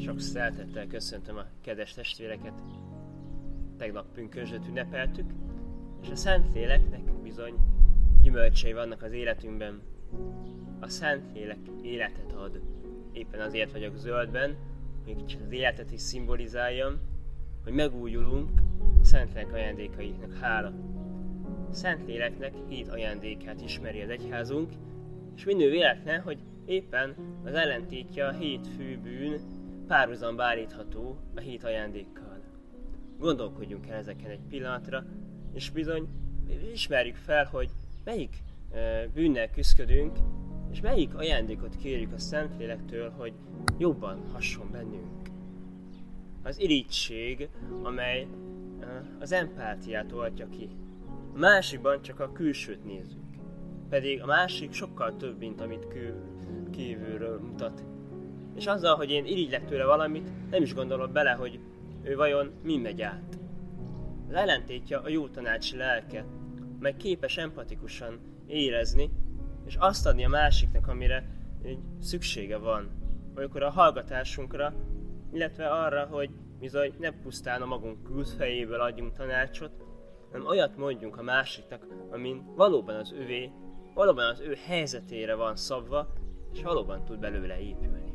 Sok szeretettel köszöntöm a kedves testvéreket. Tegnap pünkösdöt ünnepeltük, és a Szentléleknek bizony gyümölcsei vannak az életünkben. A Szentlélek életet ad. Éppen azért vagyok zöldben, hogy az életet is szimbolizáljam, hogy megújulunk a Szentlélek ajándékainak hála. A Szentléleknek 7 ajándékát ismeri az egyházunk, és minő véletlen, hogy éppen az ellentétje a 7 fő bűn párhuzamba állítható a 7 ajándékkal. Gondolkodjunk el ezeken egy pillanatra, és bizony ismerjük fel, hogy melyik bűnnel küszködünk, és melyik ajándékot kérjük a Szentlélektől, hogy jobban hasson bennünk. Az irigység, amely az empátiát oltja ki. A másikban csak a külsőt nézzük. Pedig a másik sokkal több, mint amit kívülről mutat. És azzal, hogy én irigylek tőle valamit, nem is gondolok bele, hogy ő vajon min megy át. Az ellentétje a jó tanácsi lelke, mely képes empatikusan érezni, és azt adni a másiknak, amire szüksége van. Olykor a hallgatásunkra, illetve arra, hogy bizony ne pusztán a magunk külfejéből adjunk tanácsot, hanem olyat mondjunk a másiknak, amin valóban az övé, valóban az ő helyzetére van szabva, és valóban tud belőle épülni.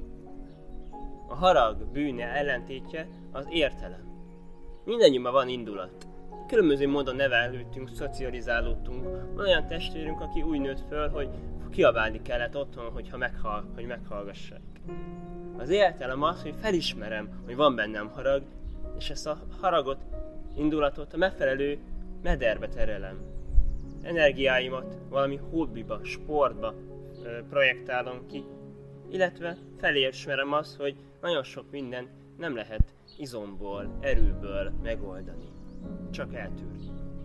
A harag bűne ellentétje az értelem. Mindannyiunkban van indulat. Különböző módon nevelődtünk, szocializálódtunk. Van olyan testvérünk, aki úgy nőtt föl, hogy kiabálni kellett otthon, hogy meghallgassák. Az értelem az, hogy felismerem, hogy van bennem harag, és ezt a haragot, indulatot a megfelelő mederbe terelem. Energiáimat valami hobbiba, sportba projektálom ki, illetve felismerem azt, hogy nagyon sok minden nem lehet izomból, erőből megoldani, csak eltűrni.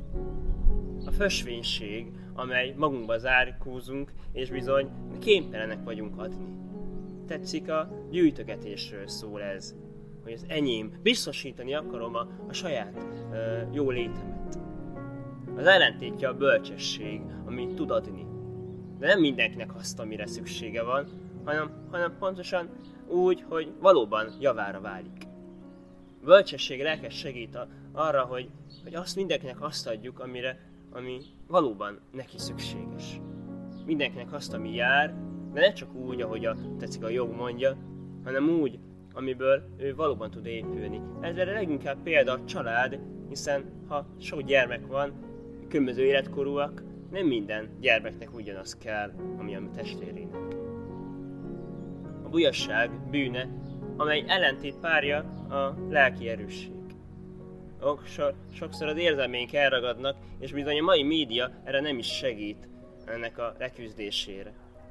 A fösvénység, amely magunkba zárkózunk, és bizony kénytelenek vagyunk adni. Tetszik, a gyűjtögetésről szól ez, hogy az enyém, biztosítani akarom a saját jó létemet. Az ellentétje a bölcsesség, amit tud adni. De nem mindenkinek azt, amire szüksége van, hanem pontosan úgy, hogy valóban javára válik. A bölcsesség lelkes segít arra, hogy azt mindenkinek azt adjuk, ami valóban neki szükséges. Mindenkinek azt, ami jár, de ne csak úgy, ahogy tetszik a jog mondja, hanem úgy, amiből ő valóban tud épülni. Ezzel leginkább példa a család, hiszen ha sok gyermek van, különböző életkorúak, nem minden gyermeknek ugyanaz kell, ami a testvérének. A bujasság bűne, amely ellentét párja a lelki erősség. Sokszor az érzelmeink elragadnak, és bizony a mai média erre nem is segít ennek a leküzdésére.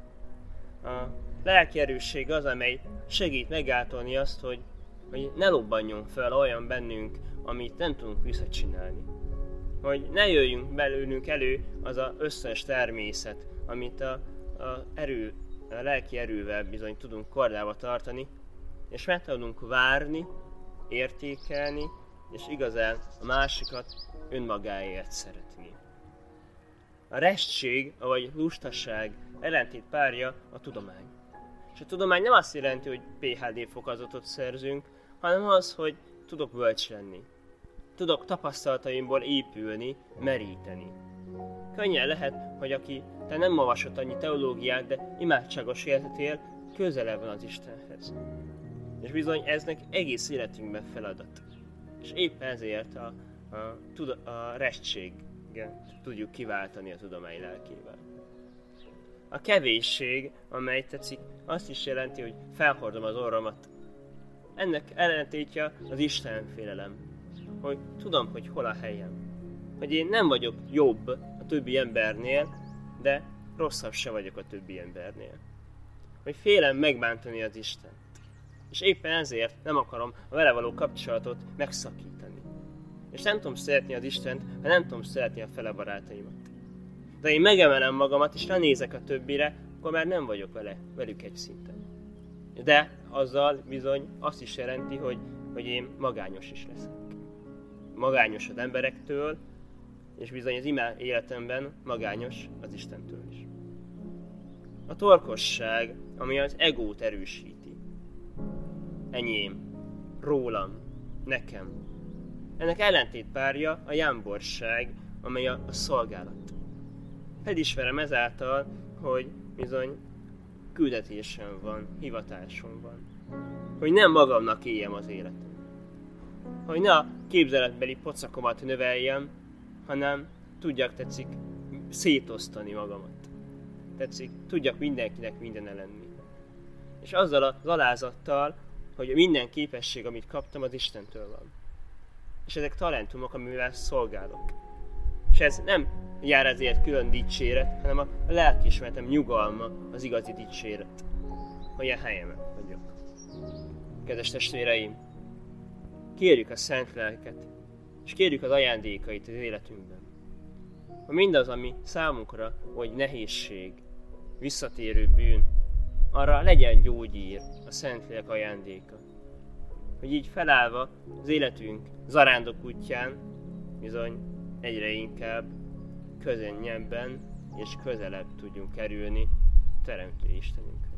A lelki erősség az, amely segít megáltolni azt, hogy ne lobbanjon fel olyan bennünk, amit nem tudunk visszacsinálni. Hogy ne jöjjünk belőlünk elő az az összes természet, amit a lelki erővel bizony tudunk kordába tartani, és meg tudunk várni, értékelni, és igazán a másikat önmagáért szeretni. A restség, vagy lustaság ellentét párja a tudomány. És a tudomány nem azt jelenti, hogy PhD fokozatot szerzünk, hanem az, hogy tudok bölcs lenni. Tudok tapasztalataimból épülni, meríteni. Könnyen lehet, hogy aki te nem olvasott annyi teológiát, de imádságos életet él, közelebb van az Istenhez. És bizony eznek egész életünkben feladat. És éppen ezért a restséget tudjuk kiváltani a tudomány lelkével. A kevésség, amely tetszik, azt is jelenti, hogy felhordom az orromat. Ennek ellentétje az Istenfélelem, hogy tudom, hogy hol a helyem. Hogy én nem vagyok jobb a többi embernél, de rosszabb se vagyok a többi embernél. Hogy félem megbántani az Istent. És éppen ezért nem akarom a vele való kapcsolatot megszakítani. És nem tudom szeretni az Istent, ha nem tudom szeretni a fele barátaimat. De én megemelem magamat, és ránézek a többire, akkor már nem vagyok velük egy szinten. De azzal bizony azt is jelenti, hogy én magányos is leszek. Magányos az emberektől, és bizony az életemben magányos az Istentől is. A torkosság, ami az egót erősíti. enyém, rólam, nekem. Ennek ellentétpárja a jámborság, amely a szolgálat. Felismerem ezáltal, hogy bizony küldetésem van, hivatásom van. Hogy nem magamnak éljem az életem. Hogy ne a képzeletbeli pocakomat növeljem, hanem tetszik szétosztani magamat. Tudjak mindenkinek mindene lenni. És azzal az alázattal, hogy minden képesség, amit kaptam, az Istentől van. És ezek talentumok, amivel szolgálok. És ez nem jár ezért külön dicséret, hanem a lelkiismeretem nyugalma az igazi dicséret. Hogy a helyemen vagyok. Kedves testvéreim, kérjük a Szent Lelket, és kérjük az ajándékait az életünkben. Hogy mindaz, ami számunkra, hogy nehézség, visszatérő bűn, arra legyen gyógyír a Szent Lélek ajándéka. Hogy így felállva az életünk zarándok útján bizony egyre inkább könnyebben és közelebb tudjunk kerülni Teremtő Istenünkhöz.